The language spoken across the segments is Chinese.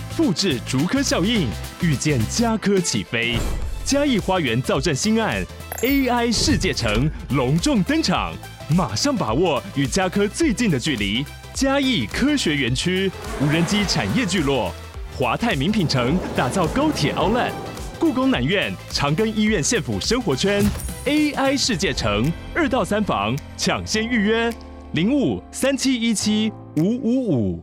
复制竹科效应，预见家科起飞。嘉义花园造镇新案 AI 世界城隆重登场，马上把握与家科最近的距离。嘉义科学园区、无人机产业聚落、华泰名品城打造高铁 Outlet， 故宫南院、长庚医院县府生活圈 AI 世界城2到3房抢先预约0537175555。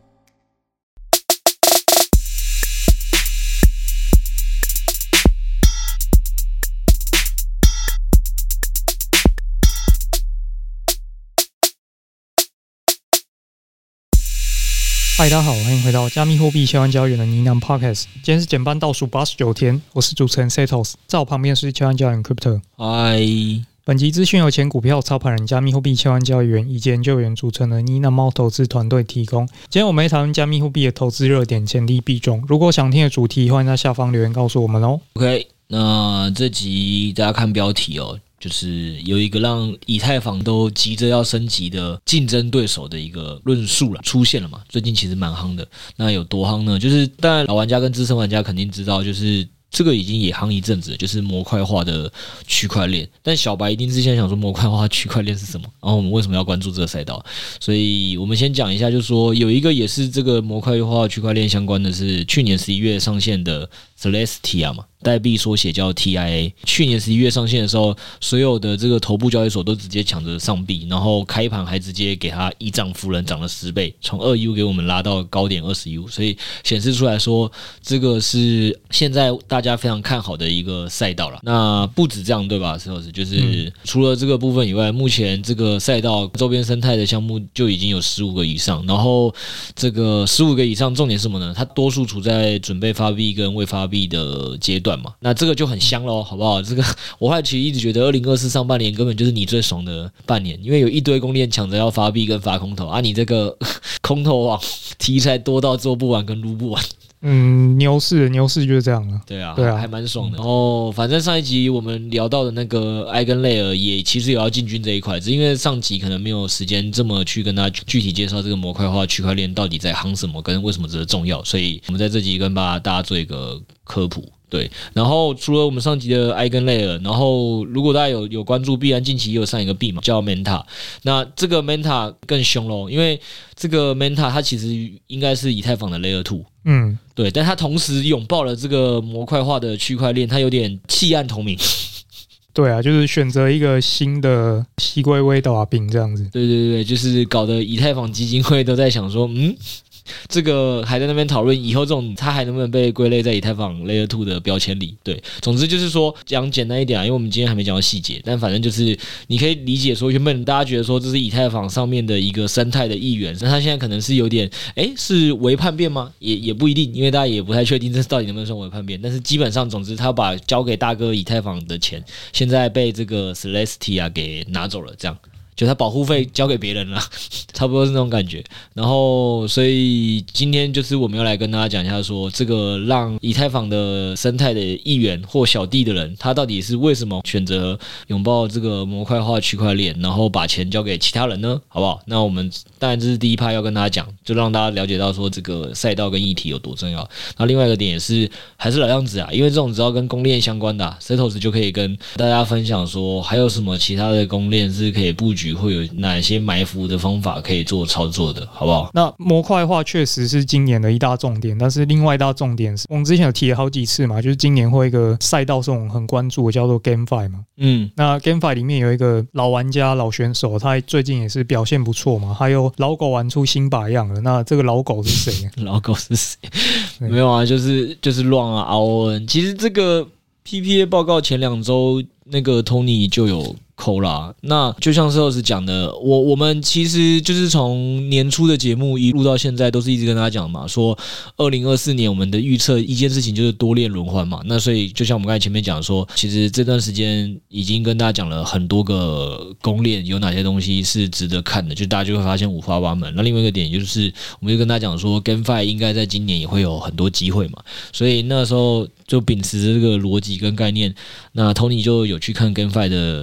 嗨，大家好，欢迎回到加密货币千万交易员的呢喃 Podcast。今天是减半倒数89天，我是主持人 Setos， 在我旁边是千万交易员 Crypto。 嗨， 本集资讯由前股票操盘人、加密货币千万交易员以及研究员组成的呢喃猫投资团队提供。今天我们会讨论加密货币的投资热点、潜力币种。如果想听的主题，欢迎在下方留言告诉我们哦。 OK， 那这集大家看标题哦。就是有一个让以太坊都急着要升级的竞争对手的一个论述了，出现了嘛？最近其实蛮夯的。那有多夯呢？就是当然老玩家跟资深玩家肯定知道，就是这个已经也夯一阵子了，就是模块化的区块链。但小白一定是现在想说模块化区块链是什么，然后我们为什么要关注这个赛道？所以我们先讲一下，就是说有一个也是这个模块化区块链相关的是去年11月上线的 Celestia 嘛。代币缩写叫 TIA， 去年11月上线的时候，所有的这个头部交易所都直接抢着上币，然后开盘还直接给它一涨幅人涨了10倍，从2U 给我们拉到高点20U， 所以显示出来说这个是现在大家非常看好的一个赛道了。那不止这样对吧？就是除了这个部分以外，目前这个赛道周边生态的项目就已经有15个以上，然后这个15个以上重点是什么呢？它多数处在准备发币跟未发币的阶段。那这个就很香咯，好不好？这个我还其实一直觉得2024上半年根本就是你最爽的半年，因为有一堆公链抢着要发币跟发空投啊，你这个空投网题材多到做不完跟撸不完。 牛市就是这样了。 对啊，还蛮爽的。然后反正上一集我们聊到的那个EigenLayer也其实也要进军这一块，只因为上集可能没有时间这么去跟大家具体介绍这个模块化区块链到底在夯什么跟为什么这么重要，所以我们在这集跟大家做一个科普。对，然后除了我们上集的 EigenLayer， 然后如果大家有关注币安，近期也有上一个币嘛，叫 Manta。那这个 Manta 更凶咯，因为这个 Manta 它其实应该是以太坊的 Layer 2。对，但它同时拥抱了这个模块化的区块链，它有点弃暗投明。 对啊，就是选择一个新的西龟微斗饼这样子。 对，就是搞得以太坊基金会都在想说，这个还在那边讨论以后这种它还能不能被归类在以太坊 Layer 2的标签里。对，总之就是说讲简单一点因为我们今天还没讲到细节，但反正就是你可以理解说原本大家觉得说这是以太坊上面的一个生态的一员，那它现在可能是有点是微叛变吗？也不一定，因为大家也不太确定这到底能不能算微叛变，但是基本上总之他把交给大哥以太坊的钱现在被这个 Celestia 给拿走了，这样就他保护费交给别人了，差不多是那种感觉。然后，所以今天就是我们要来跟大家讲一下说，这个让以太坊的生态的一员或小弟的人，他到底是为什么选择拥抱这个模块化区块链，然后把钱交给其他人呢？好不好？那我们当然这是第一趴要跟大家讲，就让大家了解到说这个赛道跟议题有多重要。那另外一个点也是还是老样子因为这种只要跟公链相关的Setos 就可以跟大家分享说，还有什么其他的公链是可以布局。会有哪些埋伏的方法可以做操作的，好不好？ 那模块化确实是今年的一大重点，但是另外一大重点是我们之前有提了好几次嘛，就是今年会有一个赛道是我们很关注的，叫做 GameFi 嘛。那 GameFi 里面有一个老玩家、老选手，他最近也是表现不错嘛，还有老狗玩出新把样了。那这个老狗是谁？ 老狗是谁？没有啊，就是乱啊 ，RON。其实这个 PPA 报告前2周那个 Tony 就有抠啦。那就像Setos讲的，我们其实就是从年初的节目一路到现在，都是一直跟大家讲嘛，说2024年我们的预测一件事情就是多链轮换嘛。那所以就像我们刚才前面讲说，其实这段时间已经跟大家讲了很多个公链有哪些东西是值得看的，就大家就会发现五花八门。那另外一个点就是，我们就跟大家讲说 ，GameFi 应该在今年也会有很多机会嘛。所以那时候就秉持着这个逻辑跟概念，那 Tony 就有去看 GameFi 的赛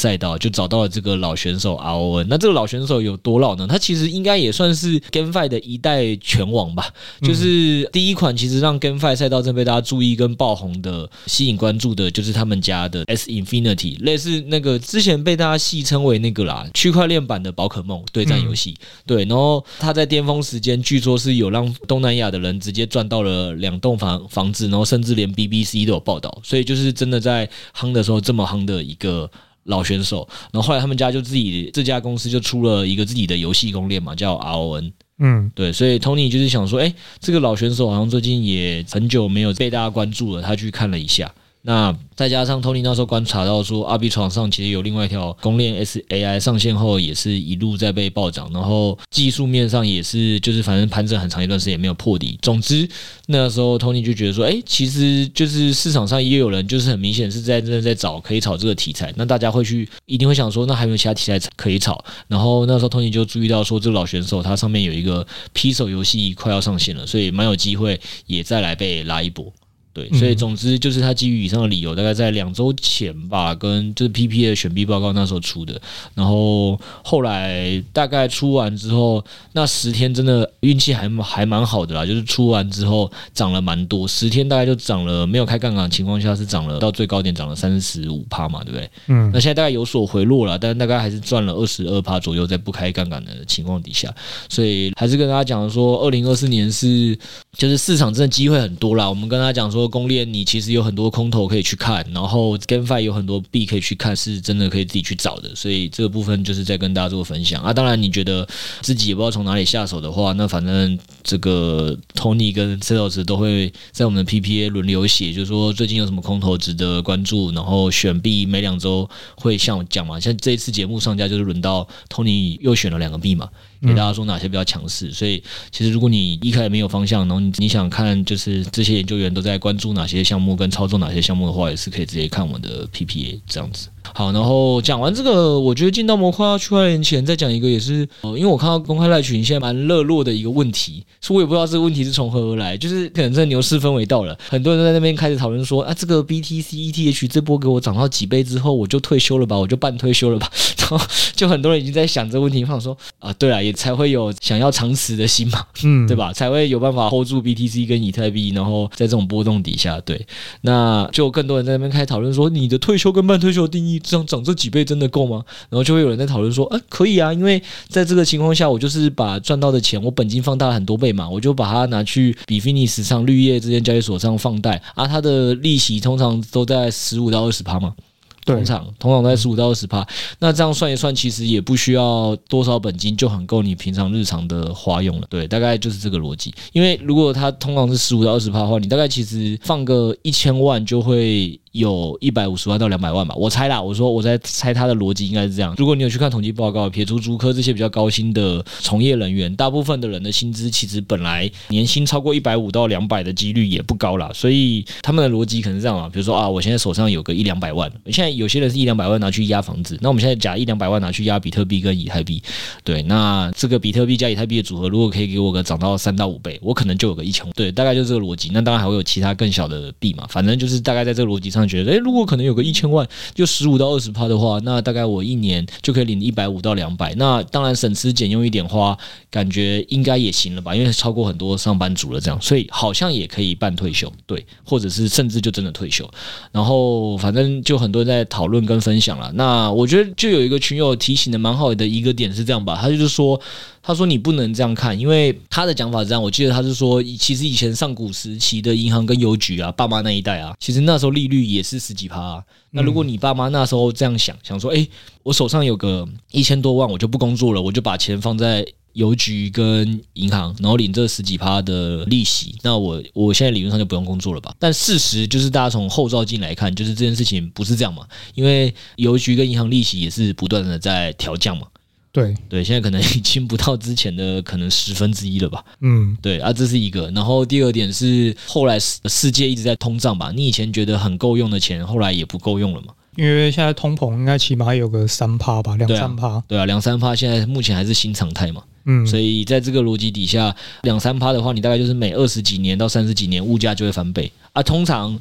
赛道，就找到了这个老选手 RON。那这个老选手有多老呢？他其实应该也算是 GameFi 的一代拳王吧。就是第一款其实让 GameFi 赛道真被大家注意跟爆红的、吸引关注的，就是他们家的 S Infinity， 类似那个之前被大家戏称为那个啦区块链版的宝可梦对战游戏。对，然后他在巅峰时间据说是有让东南亚的人直接赚到了2栋房子，然后甚至连 BBC 都有报道，所以就是真的在夯的时候这么夯的一个老选手。然后后来他们家就这家公司就出了一个自己的游戏公链嘛，叫 RON。对，所以 Tony 就是想说，这个老选手好像最近也很久没有被大家关注了，他去看了一下。那再加上 Tony 那时候观察到说，Arbitrum上其实有另外一条公链 SAI 上线后，也是一路在被暴涨，然后技术面上也是就是反正盘整很长一段时间也没有破底。总之那时候 Tony 就觉得说，其实就是市场上也有人就是很明显是真的在找可以炒这个题材，那大家一定会想说，那还有没有其他题材可以炒？然后那时候 Tony 就注意到说，这个老选手他上面有一个 P 手游戏快要上线了，所以蛮有机会也再来被拉一波。对，所以总之就是他基于以上的理由，大概在2周前吧，跟就是 PPA 的选币报告那时候出的，然后后来大概出完之后，那10天真的运气还蛮好的啦，就是出完之后涨了蛮多，10天大概就涨了，没有开杠杆的情况下是涨了到最高点涨了35%嘛，对不对？那现在大概有所回落了，但大概还是赚了22%左右，在不开杠杆的情况底下，所以还是跟大家讲说，2024年就是市场真的机会很多啦，我们跟大家讲说。公链你其实有很多空头可以去看，然后 GameFi 有很多币可以去看，是真的可以自己去找的，所以这个部分就是在跟大家做分享啊。当然你觉得自己也不知道从哪里下手的话，那反正这个 Tony 跟 Celos 都会在我们的 PPA 轮流写，就是说最近有什么空头值得关注，然后选币每2周会像我讲嘛，像这一次节目上架就是轮到 Tony 又选了2个币嘛，给大家说哪些比较强势，所以其实如果你一开始没有方向，然后你想看就是这些研究员都在关注哪些项目跟操作哪些项目的话，也是可以直接看我们的 PPA 这样子。好，然后讲完这个，我觉得进到模块区块链前再讲一个也是，因为我看到公开赖群现在蛮热络的一个问题，所以我也不知道这个问题是从何而来，就是可能这牛市氛围到了，很多人都在那边开始讨论说，这个 BTC ETH 这波给我涨到几倍之后，我就退休了吧，我就半退休了吧，然后就很多人已经在想这个问题，想说对啦，也才会有想要长持的心嘛，对吧？才会有办法 hold 住 BTC 跟以太币，然后在这种波动底下，对，那就更多人在那边开始讨论说，你的退休跟半退休的定义，这样涨这几倍真的够吗？然后就会有人在讨论说，可以啊，因为在这个情况下，我就是把赚到的钱，我本金放大了很多倍嘛，我就把它拿去比菲尼斯上绿叶这间交易所上放贷啊，它的利息通常都在15%到20%嘛。通常在15%到20%，那这样算一算，其实也不需要多少本金就很够你平常日常的花用了。对，大概就是这个逻辑。因为如果它通常是15%到20%的话，你大概其实放个1000万就会有150万到200万吧，我猜啦，我在猜他的逻辑应该是这样。如果你有去看统计报告，撇除竹科这些比较高薪的从业人员，大部分的人的薪资其实本来年薪超过150到200的几率也不高啦，所以他们的逻辑可能是这样嘛，比如说我现在手上有个100-200万，现在有些人是100-200万拿去压房子，那我们现在假100-200万拿去压比特币跟以太币，对，那这个比特币加以太币的组合，如果可以给我个涨到3到5倍，我可能就有个1000万，对，大概就是这个逻辑。那当然还会有其他更小的币嘛，反正就是大概在这个逻辑上觉得，如果可能有个1000万，就15%到20%的话，那大概我1年就可以领150到200，那当然省吃俭用一点花，感觉应该也行了吧，因为超过很多上班族了这样，所以好像也可以半退休，对，或者是甚至就真的退休。然后反正就很多人在讨论跟分享啦。那我觉得就有一个群友提醒的蛮好的一个点是这样吧，他就是说，他说你不能这样看，因为他的讲法是这样，我记得他是说，其实以前上古时期的银行跟邮局啊，爸妈那一代啊，其实那时候利率也是10几%啊。那如果你爸妈那时候这样想说，我手上有个1000多万，我就不工作了，我就把钱放在邮局跟银行，然后领这10几%的利息，那我现在理论上就不用工作了吧？但事实就是大家从后照镜来看，就是这件事情不是这样嘛，因为邮局跟银行利息也是不断的在调降嘛。对，现在可能已经不到之前的可能1/10了吧。对啊，这是一个。然后第二点是，后来世界一直在通胀吧，你以前觉得很够用的钱，后来也不够用了嘛。 因为现在通膨应该起码有个3%吧，2-3%。 对啊，2-3%现在目前还是新常态嘛。所以在这个逻辑底下，2-3%的话，你大概就是每20几年到30几年物价就会翻倍啊。通常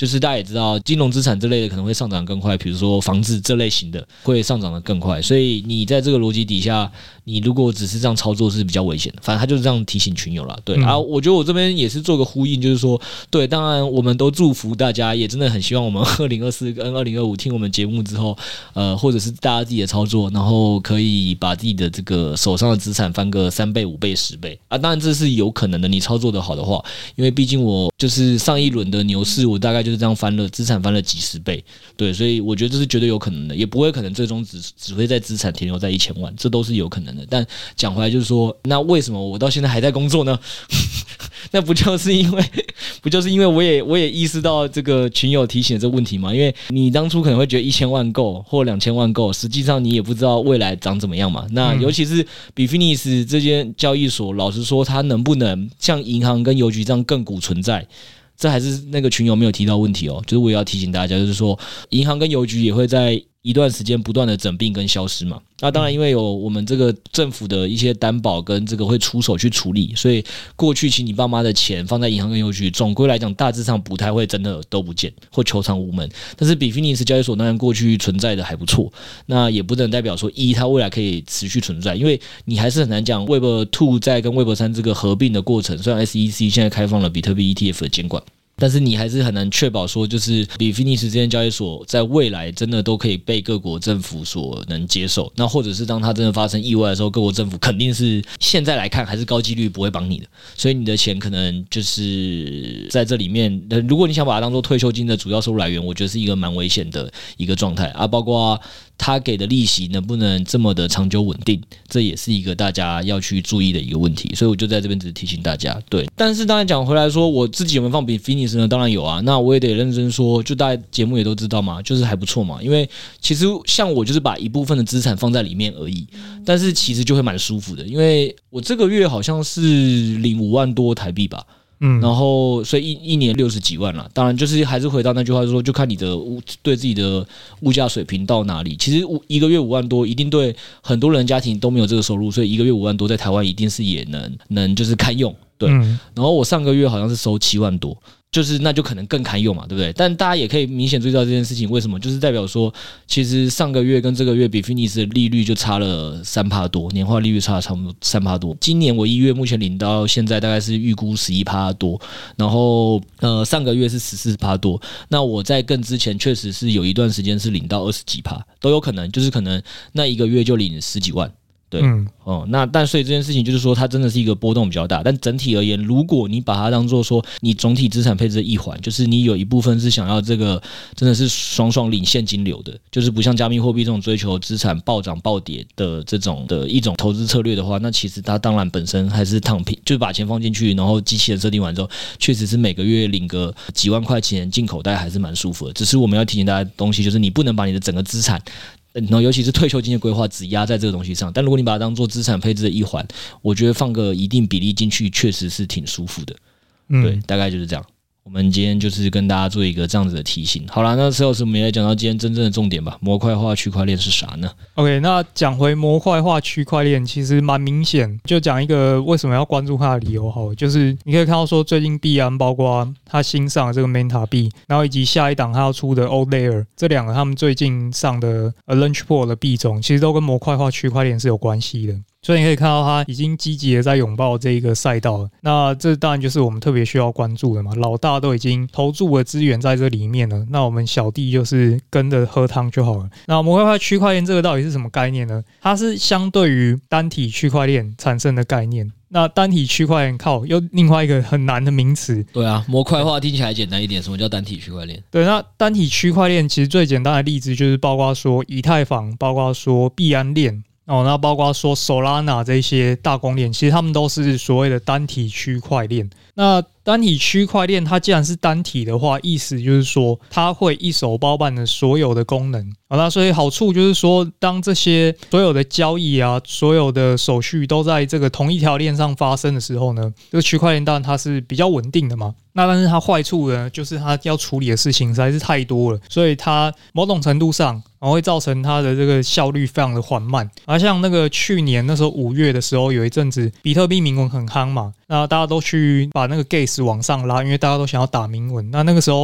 就是大家也知道，金融资产这类的可能会上涨更快，比如说房子这类型的会上涨的更快，所以你在这个逻辑底下，你如果只是这样操作是比较危险的。反正他就是这样提醒群友啦，对啊，我觉得我这边也是做个呼应，就是说，对，当然我们都祝福大家，也真的很希望我们2024跟2025听我们节目之后，或者是大家自己的操作，然后可以把自己的这个手上的资产翻个3倍、5倍、10倍啊，当然这是有可能的，你操作的好的话，因为毕竟我就是上一轮的牛市，我大概就是这样翻了资产翻了几十倍，对，所以我觉得这是绝对有可能的，也不会可能最终只会在资产停留在1000万，这都是有可能的。但讲回来就是说，那为什么我到现在还在工作呢？那不就是因为我也意识到这个群友提醒的这个问题嘛？因为你当初可能会觉得1000万够或2000万够，实际上你也不知道未来长怎么样嘛。那尤其是比菲尼斯这间交易所，老实说，它能不能像银行跟邮局这样亘古存在？这还是那个群友没有提到问题哦，就是我也要提醒大家，就是说银行跟邮局也会在一段时间不断的整并跟消失嘛。那当然因为有我们这个政府的一些担保跟这个会出手去处理，所以过去请你爸妈的钱放在银行跟邮局，总归来讲大致上不太会真的都不见或求偿无门。但是比菲尼斯交易所当然过去存在的还不错，那也不能代表说它未来可以持续存在，因为你还是很难讲 Web2 在跟 Web3 这个合并的过程，虽然 SEC 现在开放了比特币 ETF 的监管，但是你还是很难确保说，就是比菲尼斯这间交易所在未来真的都可以被各国政府所能接受。那或者是当它真的发生意外的时候，各国政府肯定是现在来看还是高几率不会帮你的，所以你的钱可能就是在这里面。如果你想把它当做退休金的主要收入来源，我觉得是一个蛮危险的一个状态啊，包括他给的利息能不能这么的长久稳定，这也是一个大家要去注意的一个问题。所以我就在这边只是提醒大家，对。但是当然讲回来说，我自己有没有放比菲尼斯呢？当然有啊。那我也得认真说，就大家节目也都知道嘛，就是还不错嘛。因为其实像我就是把一部分的资产放在里面而已，但是其实就会蛮舒服的，因为我这个月好像是领5万多台币吧。然后所以一年60几万啦，当然就是还是回到那句话说，就看你的对自己的物价水平到哪里。其实一个月5万多，一定对很多人家庭都没有这个收入，所以一个月5万多在台湾一定是也能就是堪用，对。然后我上个月好像是收7万多。就是那就可能更堪用嘛，对不对？但大家也可以明显注意到这件事情，为什么？就是代表说，其实上个月跟这个月比菲尼斯的利率就差了3%多，年化利率差了差不多3%多。今年我1月目前领到现在大概是预估11%多，然后上个月是14%多。那我在更之前确实是有一段时间是领到20几%，都有可能，就是可能那一个月就领10几万。对，那但所以这件事情就是说，它真的是一个波动比较大。但整体而言，如果你把它当做说你总体资产配置的一环，就是你有一部分是想要这个真的是爽爽领现金流的，就是不像加密货币这种追求资产暴涨暴跌的这种的一种投资策略的话，那其实它当然本身还是躺平，就是把钱放进去，然后机器人设定完之后，确实是每个月领个几万块钱进口袋还是蛮舒服的。只是我们要提醒大家的东西，就是你不能把你的整个资产。然后尤其是退休金的规划只压在这个东西上，但如果你把它当做资产配置的一环，我觉得放个一定比例进去确实是挺舒服的。对，大概就是这样。我们今天就是跟大家做一个这样子的提醒。好啦，那石老师我们也来讲到今天真正的重点吧，模块化区块链是啥呢 ？OK， 那讲回模块化区块链，其实蛮明显，就讲一个为什么要关注它的理由好，就是你可以看到说最近币安包括它新上的这个 Manta 币，然后以及下一档它要出的 Old Layer， 这两个他们最近上的 Launchpool 的币种，其实都跟模块化区块链是有关系的。所以你可以看到他已经积极的在拥抱这一个赛道了，那这当然就是我们特别需要关注的嘛，老大都已经投注了资源在这里面了，那我们小弟就是跟着喝汤就好了。那模块化区块链这个到底是什么概念呢？它是相对于单体区块链产生的概念。那单体区块链又另外一个很难的名词。对啊，模块化听起来简单一点，什么叫单体区块链？ 对，那单体区块链其实最简单的例子就是包括说以太坊，包括说币安链。那包括说 Solana 这些大公链，其实他们都是所谓的单体区块链。那单体区块链它既然是单体的话，意思就是说它会一手包办了所有的功能。那所以好处就是说，当这些所有的交易啊，所有的手续都在这个同一条链上发生的时候呢，这个区块链当然它是比较稳定的嘛。那但是它坏处呢，就是它要处理的事情实在是太多了，所以它某种程度上会造成它的这个效率非常的缓慢。而像那个去年那时候5月的时候，有一阵子比特币铭文很夯嘛，那大家都去把那个 gas 往上拉，因为大家都想要打铭文。那个时候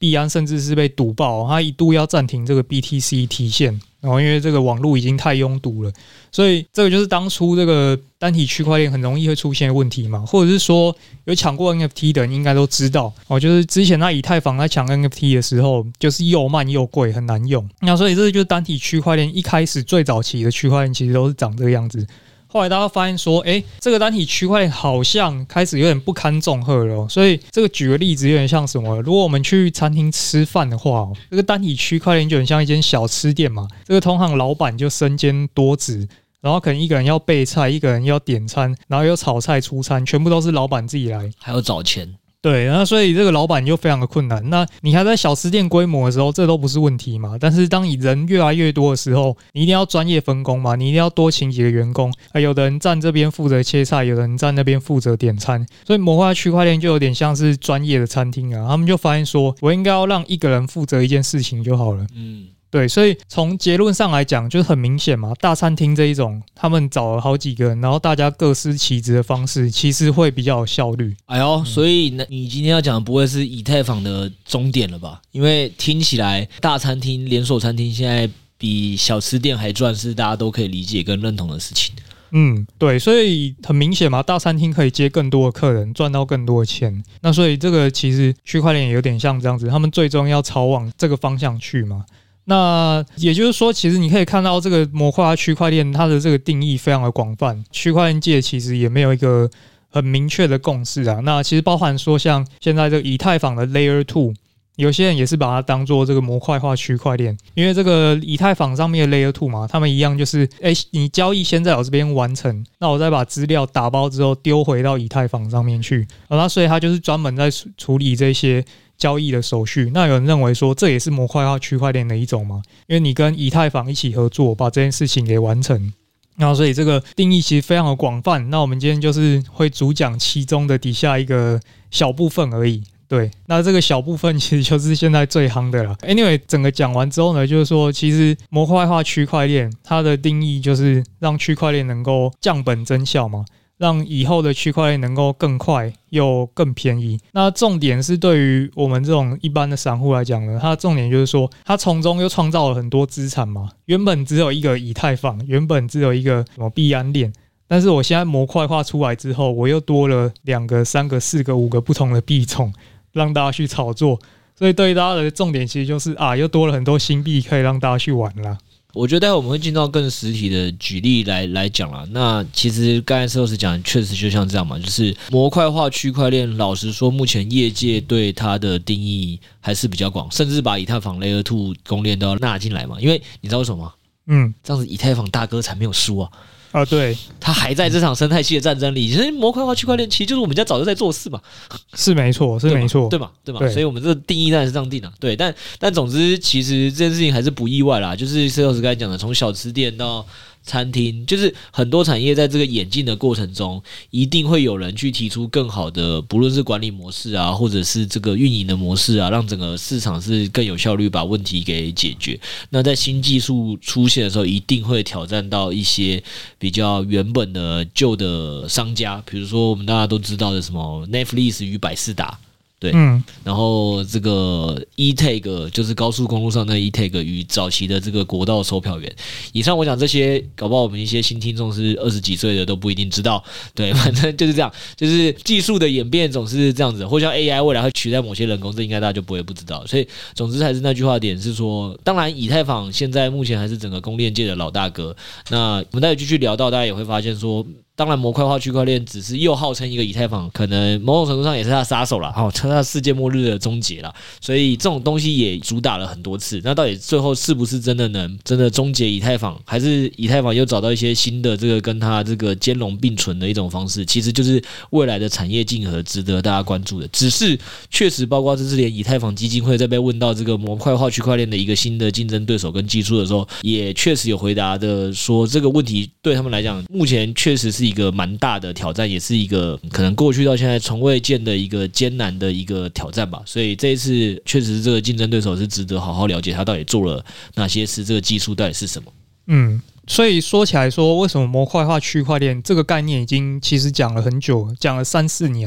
币安甚至是被堵爆，它一度要暂停这个 BTC 提现，然后因为这个网络已经太拥堵了，所以这个就是当初这个单体区块链很容易会出现的问题嘛，或者是说有抢过 NFT 的人应该都知道哦，就是之前以太坊在抢 NFT 的时候，就是又慢又贵，很难用。那所以这就是单体区块链一开始最早期的区块链其实都是长这个样子。后来大家发现说，这个单体区块链好像开始有点不堪重荷了，所以这个举个例子有点像什么？如果我们去餐厅吃饭的话，这个单体区块链就很像一间小吃店嘛，这个通常老板就身兼多职，然后可能一个人要备菜，一个人要点餐，然后有炒菜出餐，全部都是老板自己来， 还有找钱。 对，那所以这个老板就非常的困难。那你还在小吃店规模的时候，这都不是问题嘛。但是当你人越来越多的时候，你一定要专业分工嘛，你一定要多请几个员工，有的人站这边负责切菜，有的人站那边负责点餐。所以模块区块链就有点像是专业的餐厅啊，他们就发现说，我应该要让一个人负责一件事情就好了。对，所以从结论上来讲，就是很明显嘛，大餐厅这一种，他们找了好几个人，然后大家各司其职的方式，其实会比较有效率。 哎呦，所以你今天要讲的不会是以太坊的终点了吧？因为听起来大餐厅、连锁餐厅现在比小吃店还赚，是大家都可以理解跟认同的事情。 对，所以很明显嘛，大餐厅可以接更多的客人，赚到更多的钱。那所以这个其实区块链也有点像这样子，他们最终要朝往这个方向去嘛。那也就是说，其实你可以看到这个模块化区块链它的这个定义非常的广泛，区块链界其实也没有一个很明确的共识啊。那其实包含说像现在这个以太坊的 Layer 2，有些人也是把它当做这个模块化区块链，因为这个以太坊上面的 Layer 2嘛，他们一样就是你交易先在我这边完成，那我再把资料打包之后丢回到以太坊上面去，那所以它就是专门在处理这些交易的手续。那有人认为说这也是模块化区块链的一种嘛，因为你跟以太坊一起合作把这件事情给完成。那所以这个定义其实非常的广泛，那我们今天就是会主讲其中的底下一个小部分而已。对，那这个小部分其实就是现在最夯的了。Anyway， 整个讲完之后呢，就是说其实模块化区块链它的定义就是让区块链能够降本增效嘛，让以后的区块链能够更快又更便宜。那重点是对于我们这种一般的散户来讲呢，它的重点就是说它从中又创造了很多资产嘛。原本只有一个以太坊，原本只有一个什么币安链，但是我现在模块化出来之后，我又多了2个、3个、4个、5个不同的币种让大家去炒作。所以对于大家的重点其实就是又多了很多新币可以让大家去玩啦。 我觉得待会我们会进到更实体的举例来讲啦。那其实刚才Celos讲确实就像这样嘛，就是模块化区块链，老实说目前业界对它的定义还是比较广，甚至把以太坊 Layer 2公链都要纳进来嘛。因为你知道为什么吗？这样子以太坊大哥才没有输啊。 对， 他还在这场生态系的战争里。其实模块化区块链其实就是我们家早就在做事嘛， 是没错，是没错， 对嘛？所以我们这个定义当然是这样定的。对，但总之，其实这件事情还是不意外啦。就是 Celos 刚才讲的，从小吃店到餐厅，就是很多产业在这个演进的过程中，一定会有人去提出更好的，不论是管理模式啊，或者是这个运营的模式啊，让整个市场是更有效率把问题给解决。那在新技术出现的时候，一定会挑战到一些比较原本的旧的商家，比如说我们大家都知道的什么 Netflix 与百视达。对，然后这个 eTag 就是高速公路上的 eTag 与早期的这个国道售票员。以上我讲这些，搞不好我们一些新听众是20几岁的都不一定知道。对，反正就是这样，就是技术的演变总是这样子，或像 AI 未来会取代某些人工，这应该大家就不会不知道。所以总之还是那句话点是说，当然以太坊现在目前还是整个公链界的老大哥。那我们待会继续聊到，大家也会发现说，当然模块化区块链只是又号称一个以太坊，可能某种程度上也是它的杀手啦，它世界末日的终结啦。所以这种东西也主打了很多次，那到底最后是不是真的终结以太坊，还是以太坊又找到一些新的这个跟它这个兼容并存的一种方式，其实就是未来的产业竞合值得大家关注的。只是确实包括这次连以太坊基金会在被问到这个模块化区块链的一个新的竞争对手跟技术的时候，也确实有回答的说，这个问题对他们来讲目前确实是一个蛮大的挑战，也是一个可能过去到现在从未见的一个艰难的一个挑战吧。所以这一次确实这个竞争对手是值得好好了解他到底做了哪些事，这个技术到底是什么。 所以说起来说，为什么模块化区块链这个概念已经其实讲了很久，讲了3-4年了，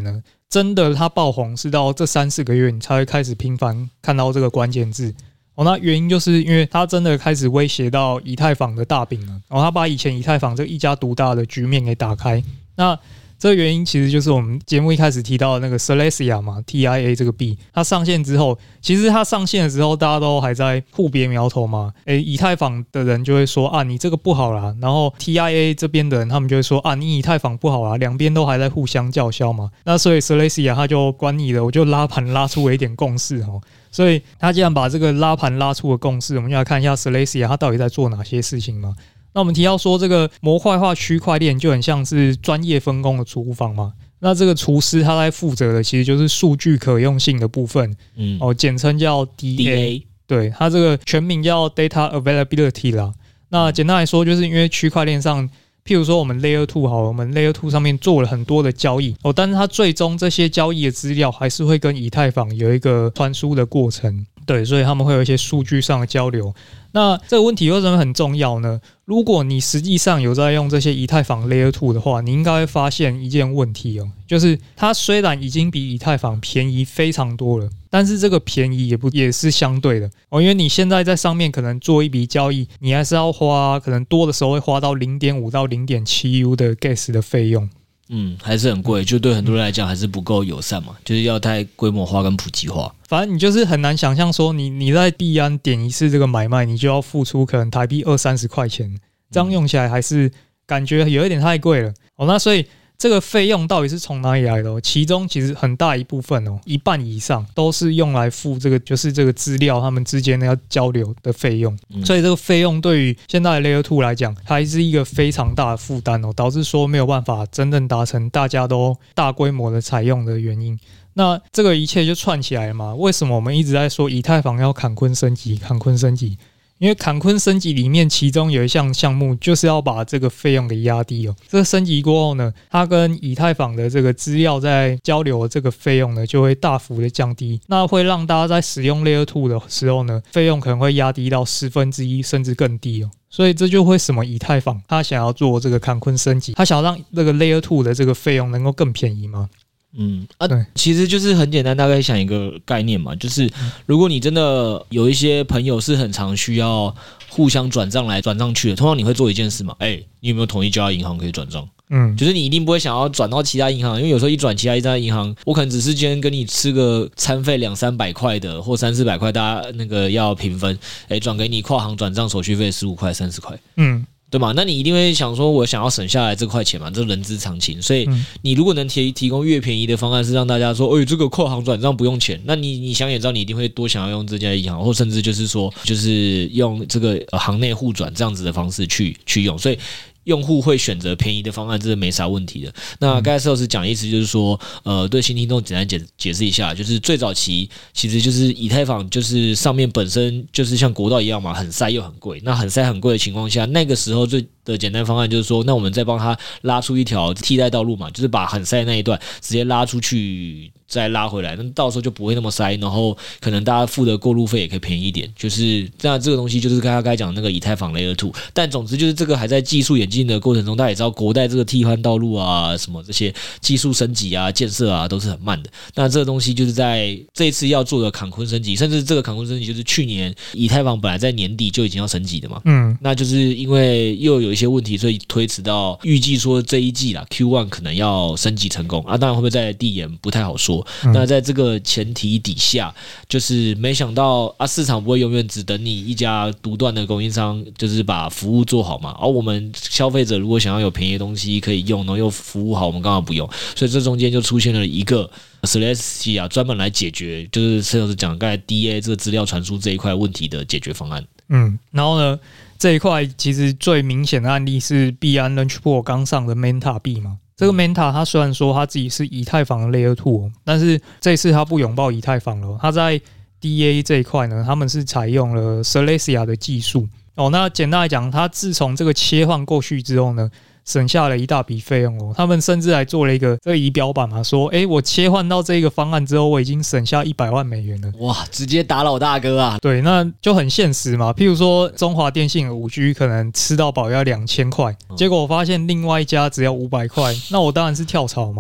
真的它爆红是到这3-4个月你才会开始频繁看到这个关键字。那原因就是因为它真的开始威胁到以太坊的大饼了，它把以前以太坊这一家独大的局面给打开。那这个原因其实就是我们节目一开始提到的那个 Celestia 嘛 ，TIA 这个币，它上线之后，其实它上线的时候大家都还在互别苗头嘛。以太坊的人就会说啊，你这个不好啦，然后 TIA 这边的人他们就会说啊，你以太坊不好啦，两边都还在互相叫嚣嘛。那所以 Celestia 他就管你了，我就拉盘拉出了一点共识哦。所以他既然把这个拉盘拉出了共识，我们就来看一下 Celestia 他到底在做哪些事情嘛。那我们提到说，这个模块化区块链就很像是专业分工的厨房嘛。那这个厨师他在负责的其实就是数据可用性的部分，简称叫 DA， 对，它这个全名叫 Data Availability 啦。那简单来说，就是因为区块链上，譬如说我们 Layer 2好了，我们 Layer 2上面做了很多的交易但是它最终这些交易的资料还是会跟以太坊有一个传输的过程，对，所以他们会有一些数据上的交流。那这个问题为什么很重要呢？如果你实际上有在用这些以太坊 Layer 2的话，你应该会发现一件问题就是它虽然已经比以太坊便宜非常多了，但是这个便宜也是相对的因为你现在在上面可能做一笔交易，你还是要花，可能多的时候会花到 0.5 到 0.7U 的 gas 的费用。 还是很贵，就对很多人来讲还是不够友善嘛，就是要太规模化跟普及化。 反正你就是很难想象说你在币安点一次这个买卖，你就要付出可能台币20-30块钱，这样用起来还是感觉有一点太贵了那所以这个费用到底是从哪里来的其中其实很大一部分一半以上都是用来付这个就是这个资料他们之间要交流的费用所以这个费用对于现在的 Layer 2来讲还是一个非常大的负担导致说没有办法真正达成大家都大规模的采用的原因。那这个一切就串起来了嘛？为什么我们一直在说以太坊要坎昆升级坎昆升级？因为坎昆升级里面其中有一项项目就是要把这个费用给压低这个升级过后呢，它跟以太坊的这个资料在交流的这个费用呢就会大幅的降低，那会让大家在使用 Layer 2的时候呢，费用可能会压低到1/10甚至更低所以这就会什么以太坊它想要做这个坎昆升级，它想要让这个 Layer 2的这个费用能够更便宜嘛。 其实就是很简单，大概想一个概念嘛，就是如果你真的有一些朋友是很常需要互相转账来转账去的，通常你会做一件事嘛，你有没有同意交易银行可以转账？就是你一定不会想要转到其他银行，因为有时候一转其他一家银行，我可能只是今天跟你吃个餐费200-300块的，或300-400块，大家那个要平分，转给你跨行转账手续费15块、30块，对嘛？那你一定会想说，我想要省下来这块钱嘛，这人之常情。所以你如果能提供越便宜的方案，是让大家说，这个跨行转账不用钱，那你想也知道，你一定会多想要用这家银行，或甚至就是说，就是用这个行内互转这样子的方式去用。所以用户会选择便宜的方案，这是没啥问题的。那刚才Sales讲的意思就是说，对新听众简单解释一下，就是最早期其实就是以太坊，就是上面本身就是像国道一样嘛，很塞又很贵。那很塞很贵的情况下，那个时候最的简单方案就是说，那我们再帮他拉出一条替代道路嘛，就是把很塞的那一段直接拉出去，再拉回来，那到时候就不会那么塞，然后可能大家付的过路费也可以便宜一点。就是那这个东西就是刚才讲的那个以太坊 Layer 2，但总之就是这个还在技术演进的过程中，大家也知道国代这个替换道路啊，什么这些技术升级啊、建设啊都是很慢的。那这个东西就是在这一次要做的坎昆升级，甚至这个坎昆升级就是去年以太坊本来在年底就已经要升级的嘛，那就是因为又有一些问题，所以推迟到预计说这一季啦 Q1 可能要升级成功啊，当然会不会再递延不太好说。那在这个前提底下，就是没想到啊，市场不会永远只等你一家独断的供应商，就是把服务做好嘛。而我们消费者如果想要有便宜的东西可以用，然后又服务好，我们刚好不用，所以这中间就出现了一个 Celestia 专门来解决，就是Sales讲刚才 DA 这个资料传输这一块问题的解决方案。 然后呢，这一块其实最明显的案例是币安 Launchpool 刚上的 Manta 币嘛。这个 Manta 它虽然说它自己是以太坊的 Layer 2，但是这一次它不拥抱以太坊了，它在 DA 这一块呢，他们是采用了 Celestia 的技术。那简单来讲，它自从这个切换过去之后呢，省下了一大笔费用他们甚至还做了一个这个仪表板嘛，说我切换到这个方案之后，我已经省下$100万了。 哇，直接打老大哥啊！ 对，那就很现实嘛。譬如说中华电信的 5G 可能吃到饱要2000块，结果我发现另外一家只要500块，那我当然是跳槽嘛。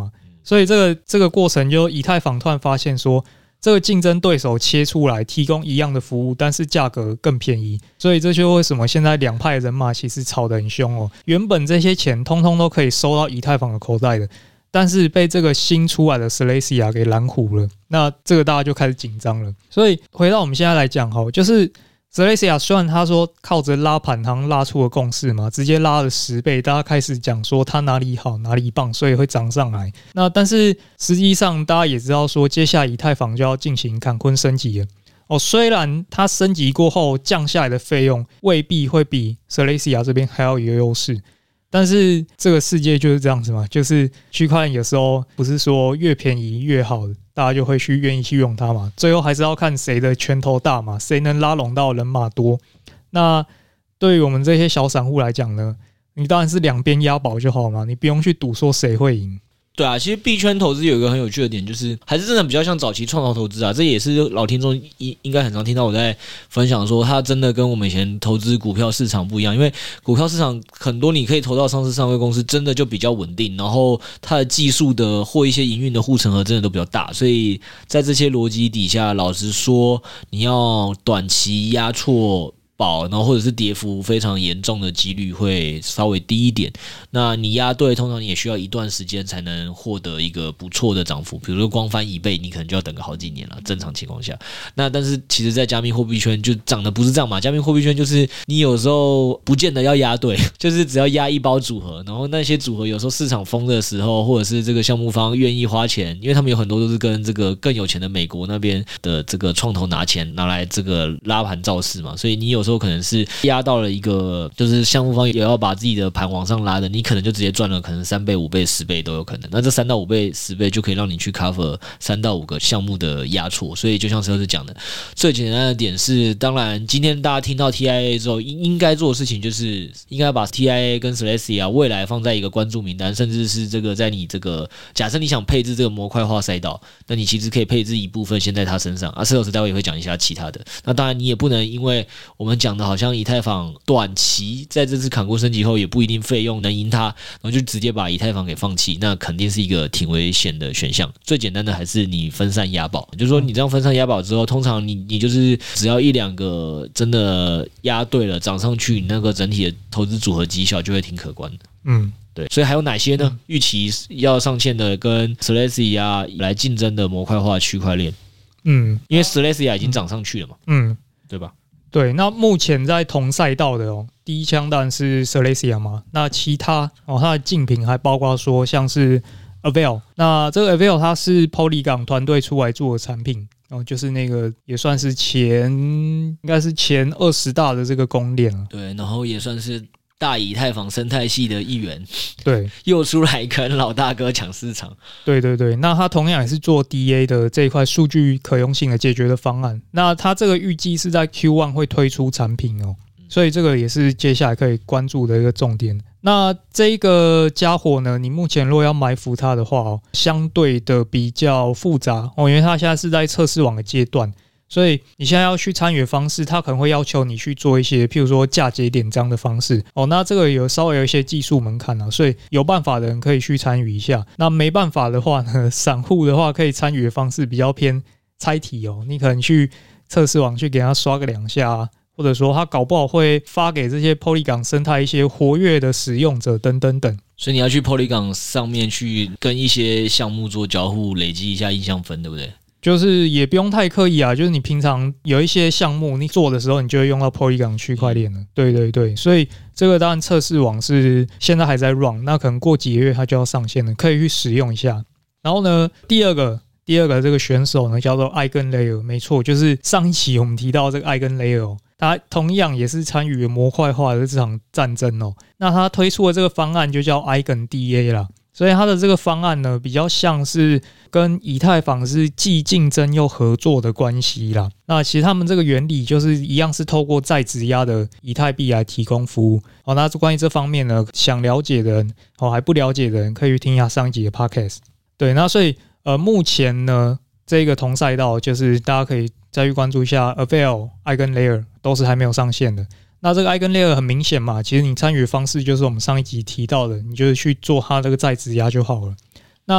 所以这个过程就以太坊突然发现说，这个竞争对手切出来提供一样的服务，但是价格更便宜，所以这就为什么现在两派人马其实吵得很凶哦。原本这些钱通通都可以收到以太坊的口袋的，但是被这个新出来的 Celestia 给拦糊了，那这个大家就开始紧张了。所以回到我们现在来讲哈，就是 Celestia 虽然他说靠着拉盘行拉出了共识嘛，直接拉了10倍，大家开始讲说他哪里好哪里棒，所以会涨上来。那但是实际上大家也知道说，接下来以太坊就要进行坎昆升级了。虽然它升级过后降下来的费用未必会比 Celestia 这边还要有优势，但是这个世界就是这样子嘛，就是区块链有时候不是说越便宜越好的，大家就会愿意去用它嘛。最后还是要看谁的拳头大嘛，谁能拉拢到人马多。那对于我们这些小散户来讲呢，你当然是两边押宝就好嘛，你不用去赌说谁会赢。 对啊，其实币圈投资有一个很有趣的点，就是还是真的比较像早期创投投资啊，这也是老听众应该很常听到我在分享说，它真的跟我们以前投资股票市场不一样，因为股票市场很多你可以投到上市上柜公司，真的就比较稳定，然后它的技术的或一些营运的护城河真的都比较大，所以在这些逻辑底下，老实说，你要短期压错保，然后或者是跌幅非常严重的几率会稍微低一点。那你押对，通常你也需要一段时间才能获得一个不错的涨幅，比如说光翻1倍，你可能就要等个好几年了，正常情况下。那但是其实在加密货币圈就涨的不是这样嘛，加密货币圈就是你有时候不见得要押对，就是只要押一包组合，然后那些组合有时候市场疯的时候，或者是这个项目方愿意花钱，因为他们有很多都是跟这个更有钱的美国那边的这个创投拿钱拿来这个拉盘造势嘛，所以你有时候可能是压到了一个就是项目方也要把自己的盘往上拉的，你可能就直接赚了可能3倍5倍10倍都有可能，那这3到5倍10倍就可以让你去 cover 3到5个项目的压错。所以就像车子讲的，最简单的点是，当然今天大家听到 TIA 之后应该做的事情就是应该把 TIA 跟 Celestia 未来放在一个关注名单，甚至是这个在你这个假设你想配置这个模块化赛道，那你其实可以配置一部分先在它身上啊。车子待会也会讲一下其他的，那当然你也不能因为我们讲的好像以太坊短期在这次坎昆升级后也不一定费用能赢它，然后就直接把以太坊给放弃，那肯定是一个挺危险的选项。最简单的还是你分散押宝，就是说你这样分散押宝之后，通常你就是只要1-2个真的押对了涨上去，你那个整体的投资组合绩效就会挺可观的。对，所以还有哪些呢？预期要上线的跟 Celestia 来竞争的模块化区块链，因为 Celestia 已经涨上去了嘛，对吧？ 对，那目前在同赛道的第一枪当然是 Celestia 嘛，那其他它的竞品还包括说像是 Avail， 那这个 Avail 它是 Polygon 团队出来做的产品，就是那个也算是应该是前20大的这个公链了， 对，然后也算是大以太坊生态系的一员， 对， 又出来跟老大哥抢市场， 对对对，那他同样也是做 DA 的这一块数据可用性的解决的方案，那他这个预计是在 Q1 会推出产品所以这个也是接下来可以关注的一个重点。那这个家伙呢，你目前如果要埋伏它的话相对的比较复杂因为它现在是在测试网的阶段，所以你现在要去参与的方式，它可能会要求你去做一些譬如说嫁接点这样的方式那这个稍微有一些技术门槛所以有办法的人可以去参与一下，那没办法的话呢，散户的话可以参与的方式比较偏猜题你可能去测试网去给他刷个2下或者说他搞不好会发给这些 Polygon 生态一些活跃的使用者等等等， 所以你要去 Polygon 上面去跟一些项目做交互，累积一下印象分，对不对？ 就是也不用太刻意就是你平常有一些项目你做的时候，你就会用到 Polygon 区块链了。对对对，所以这个当然测试网是现在还在 run， 那可能过几个月它就要上线了，可以去使用一下。然后呢，第二个这个选手呢叫做 EigenLayer， 没错，就是上一期我们提到这个 EigenLayer， 他同样也是参与模块化的这场战争那他推出的这个方案就叫 EigenDA 啦。所以它的这个方案呢，比较像是跟以太坊是既竞争又合作的关系啦。那其实他们这个原理就是一样，是透过再质押的以太币来提供服务。那关于这方面呢，想了解的人还不了解的人，可以去听一下上一集的 podcast。对，那所以目前呢，这个同赛道就是大家可以再去关注一下 Avail、EigenLayer 都是还没有上线的。那这个 EigenLayer 很明显嘛，其实你参与的方式就是我们上一集提到的，你就是去做它这个再质押就好了。那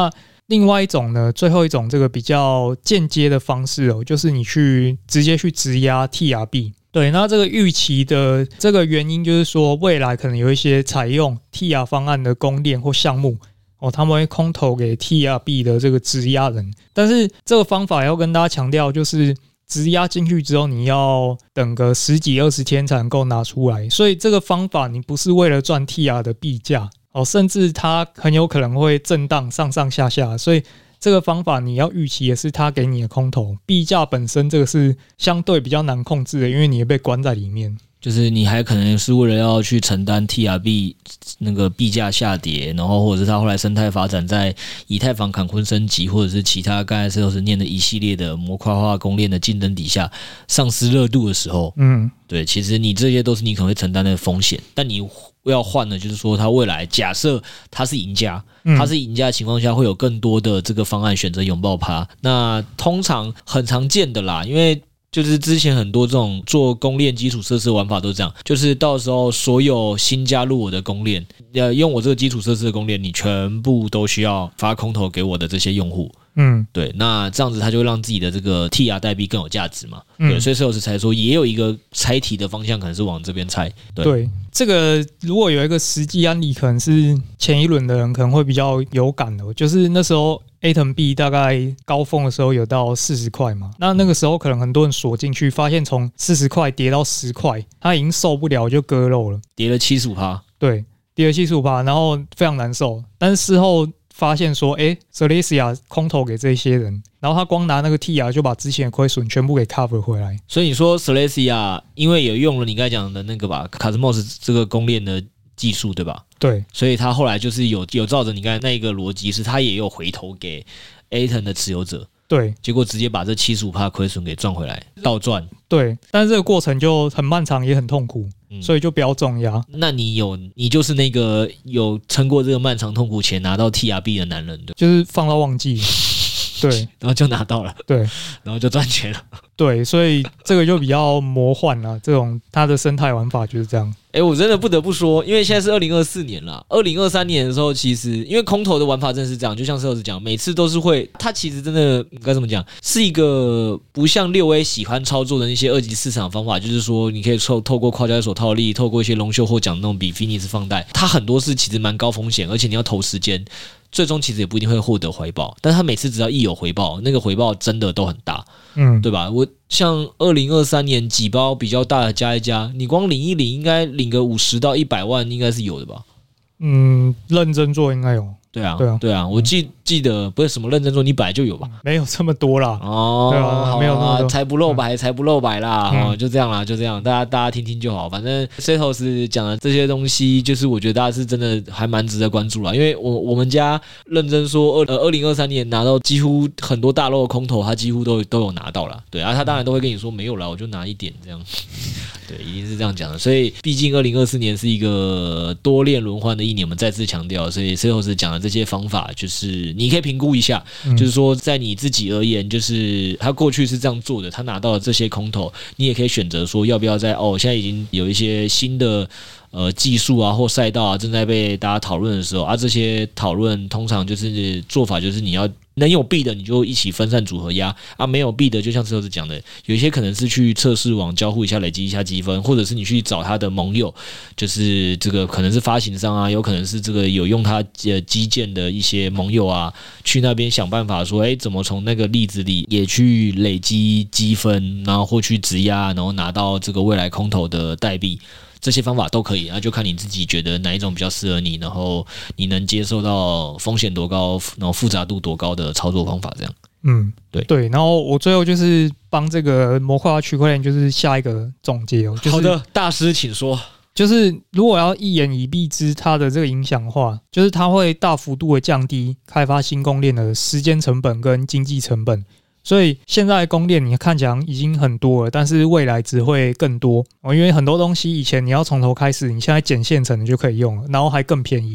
另外一种呢，最后一种这个比较间接的方式就是你直接去质押 TRB。对，那这个预期的这个原因就是说，未来可能有一些采用 TR 方案的公链或项目他们会空投给 TRB 的这个质押人，但是这个方法要跟大家强调，就是质押进去之后，你要等个10几20天才能够拿出来，所以这个方法你不是为了赚 TR 的币价甚至它很有可能会震荡上上下下，所以这个方法你要预期的是它给你的空头币价本身，这个是相对比较难控制的，因为你也被关在里面。 就是你还可能是为了要去承担 TRB 那个币价下跌，然后或者是它后来生态发展在以太坊坎昆升级，或者是其他刚才石头是念的一系列的模块化公链的竞争底下丧失热度的时候，对，其实你这些都是你可能会承担的风险，但你要换的就是说，它未来假设它是赢家，它是赢家的情况下，会有更多的这个方案选择拥抱它。那通常很常见的啦，因为就是之前很多这种做公链基础设施的玩法都是这样，就是到时候所有新加入我的公链，用我这个基础设施的公链，你全部都需要发空投给我的这些用户。对，那这样子它就会让自己的这个 TR 代币更有价值嘛。对，所以 Sales 才说也有一个猜题的方向，可能是往这边猜。 对，这个如果有一个实际案例，可能是前一轮的人可能会比较有感的，就是那时候 Atom 币大概高峰的时候有到40块嘛，那个时候可能很多人锁进去，发现从40块跌到10块，他已经受不了就割肉了， 跌了 75%。 对，跌了 75%，然后非常难受，但是事后发现说Celestia 空投给这些人，然后他光拿那个 TR 就把之前的亏损全部给 cover 回来。 所以你说 Celestia 因为有用了你刚才讲的那个吧 Cosmos 这个公链的技术对吧？ 对， 所以他后来就是有照着你刚才那一个逻辑，是他也有回头给 Atom 的持有者。 对， 结果直接把这 75% 亏损给赚回来，倒赚。 对，但是这个过程就很漫长也很痛苦，所以就不要重压。 那你就是那个有撑过这个漫长痛苦且拿到 TRB 的男人，对， 就是放到忘记。对， 然后就拿到了， 对， 然后就赚钱了。 对，所以这个就比较魔幻啦，这种它的生态玩法就是这样。 我真的不得不说，因为现在是2024年啦，2023年的时候，其实因为空投的玩法真的是这样，就像Sales讲，每次都是会，它其实真的该怎么讲，是一个不像6A 喜欢操作的那些二级市场方法，就是说你可以透过跨交易所套利，透过一些龙秀或讲那种比 Phoenix 放贷，它很多是其实蛮高风险，而且你要投时间。最终其实也不一定会获得回报，但是他每次只要一有回报，那个回报真的都很大，对吧？我像2023年几包比较大的加一加，你光领一领，应该领个50到100万，应该是有的吧？ 认真做应该有。 对啊，我记得不是什么认真做，你本来就有吧？ 没有这么多啦。 对啊，没有那么多， 才不露白啦，就这样啦，就这样，大家听听就好。反正 Setos 讲的这些东西，就是我觉得大家是真的还蛮值得关注啦，因为我们家认真说，2023年拿到几乎很多大肉的空头，他几乎都有拿到啦。对啊，他当然都会跟你说没有啦，我就拿一点这样。对，一定是这样讲的。所以，毕竟2024年是一个多链轮换的一年，我们再次强调。所以 Setos 讲的这些方法，就是你可以评估一下，就是说在你自己而言，就是他过去是这样做的，他拿到了这些空头，你也可以选择说要不要在现在已经有一些新的技术啊或赛道啊正在被大家讨论的时候啊，这些讨论通常就是做法就是你要能有币的你就一起分散组合压啊，没有币的就像Sales讲的，有一些可能是去测试网交互一下累积一下积分，或者是你去找他的盟友，就是这个可能是发行商啊，有可能是这个有用他基建的一些盟友啊，去那边想办法说怎么从那个例子里也去累积积分，然后或去质押，然后拿到这个未来空投的代币。这些方法都可以，那就看你自己觉得哪一种比较适合你，然后你能接受到风险多高，然后复杂度多高的操作方法，这样。 对。然后我最后就是帮这个模块化区块链就是下一个总结就是好的，大师请说。 就是如果要一言以蔽之它的这个影响的话，就是它会大幅度的降低开发新公链的时间成本跟经济成本。所以现在的公链你看起来已经很多了，但是未来只会更多因为很多东西以前你要从头开始，你现在捡现成的就可以用了，然后还更便宜。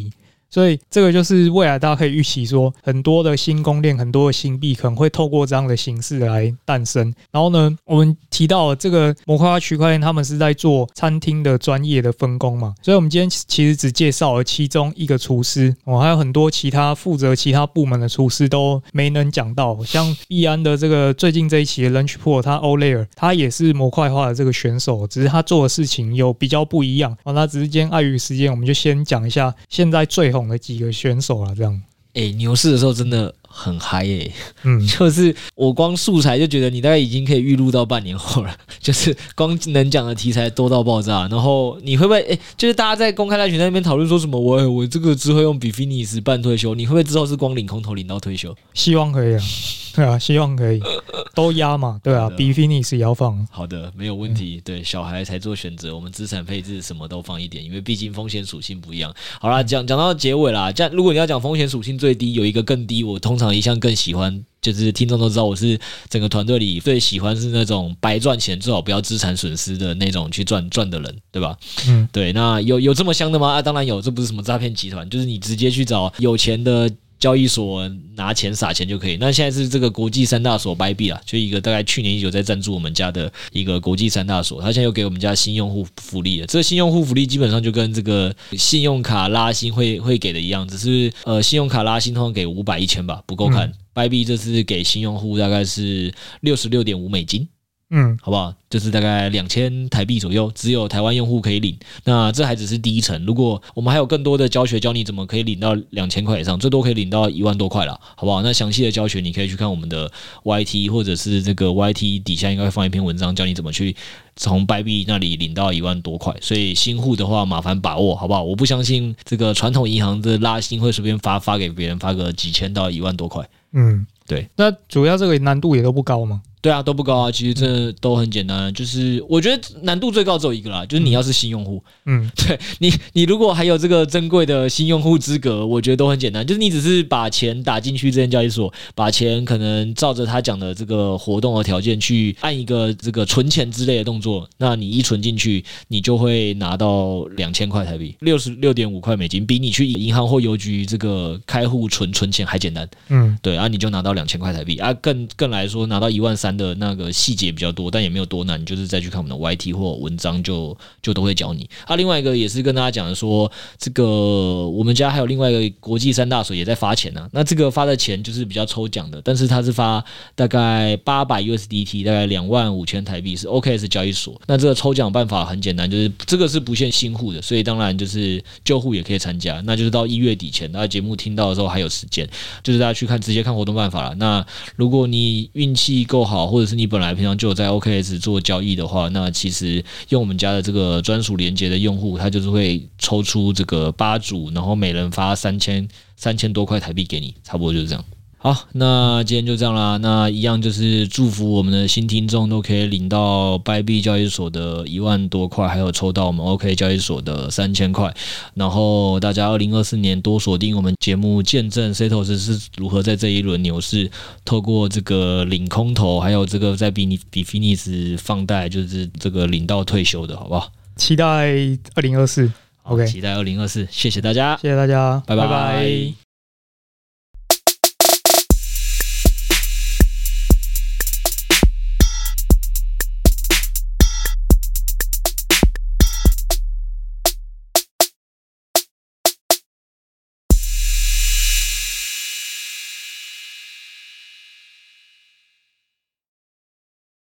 所以这个就是未来大家可以预期说，很多的新公链、很多的新币可能会透过这样的形式来诞生。然后呢，我们提到这个模块化区块链，他们是在做餐厅的专业的分工嘛，所以我们今天其实只介绍了其中一个厨师还有很多其他负责其他部门的厨师都没能讲到，像币安的这个最近这一期的 Lunchpool， 他 Olayer 他也是模块化的这个选手，只是他做的事情有比较不一样。那只是今天碍于时间，我们就先讲一下现在最红的几个选手啦，这样。 牛市的时候真的很嗨就是我光素材就觉得你大概已经可以预录到半年后了，就是光能讲的题材多到爆炸。然后你会不会就是大家在公开赖群那边讨论说什么我这个之后用比菲尼斯半退休，你会不会之后是光领空头领到退休？ 希望可以啊。对啊，希望可以都压嘛，对啊，比菲尼斯也要放。 好的，没有问题。对，小孩才做选择，我们资产配置什么都放一点，因为毕竟风险属性不一样。好啦，讲到结尾啦，这样如果你要讲风险属性最低，有一个更低，我通常一向更喜欢。就是听众都知道，我是整个团队里最喜欢是那种白赚钱，最好不要资产损失的那种去赚的人，对吧？对。那有这么香的吗？当然有，这不是什么诈骗集团，就是你直接去找有钱的交易所拿钱撒钱就可以。那现在是这个国际三大所Bybit就一个大概去年19在赞助我们家的一个国际三大所，他现在又给我们家新用户福利了。这个新用户福利基本上就跟这个信用卡拉新会给的一样，只是信用卡拉新通常给500、1000吧，不够看。Bybit 这次给新用户大概是66.5美金。好不好？就是大概2000台币左右，只有台湾用户可以领。那这还只是第一层，如果我们还有更多的教学教你怎么可以领到2000块以上，最多可以领到1万多块啦，好不好？那详细的教学你可以去看我们的 YT， 或者是这个 YT 底下应该会放一篇文章，教你怎么去从Bybit那里领到1万多块。所以新户的话，麻烦把握，好不好？我不相信这个传统银行的拉新会随便发给别人，发个几千到1万多块。对。 那主要这个难度也都不高吗？ 对啊，都不高啊，其实这都很简单，就是我觉得难度最高只有一个啦，就是你要是新用户，对你如果还有这个珍贵的新用户资格，我觉得都很简单，就是你只是把钱打进去这间交易所，把钱可能照着他讲的这个活动的条件去按一个这个存钱之类的动作，那你一存进去，你就会拿到2000块台币，66.5块美金，比你去银行或邮局这个开户存钱还简单，对啊，你就拿到2000块台币啊，更来说拿到13000的那个细节比较多，但也没有多难，你就是再去看我们的 YT 或文章就都会教你。另外一个也是跟大家讲的说，这个我们家还有另外一个国际三大所也在发钱那这个发的钱就是比较抽奖的，但是它是发大概800 USDT， 大概25000台币，是 OKX 交易所。那这个抽奖办法很简单，就是这个是不限新户的，所以当然就是旧户也可以参加，那就是到1月底前，大家节目听到的时候还有时间，就是大家去直接看活动办法了。那如果你运气够好，或者是你本来平常就有在 OKX 做交易的话，那其实用我们家的这个专属连结的用户，他就是会抽出这个8组，然后每人发3000多块台币给你，差不多就是这样。好，那今天就这样啦。那一样就是祝福我们的新听众都可以领到Bybit交易所的1万多块，还有抽到我们 OK 交易所的3000块。然后大家2024年多锁定我们节目，见证 Setos 是如何在这一轮牛市透过这个领空头，还有这个在比菲尼斯放贷，就是这个领到退休的，好不好？ 期待2024。OK， 期待2024，谢谢大家， 谢谢大家， 拜拜。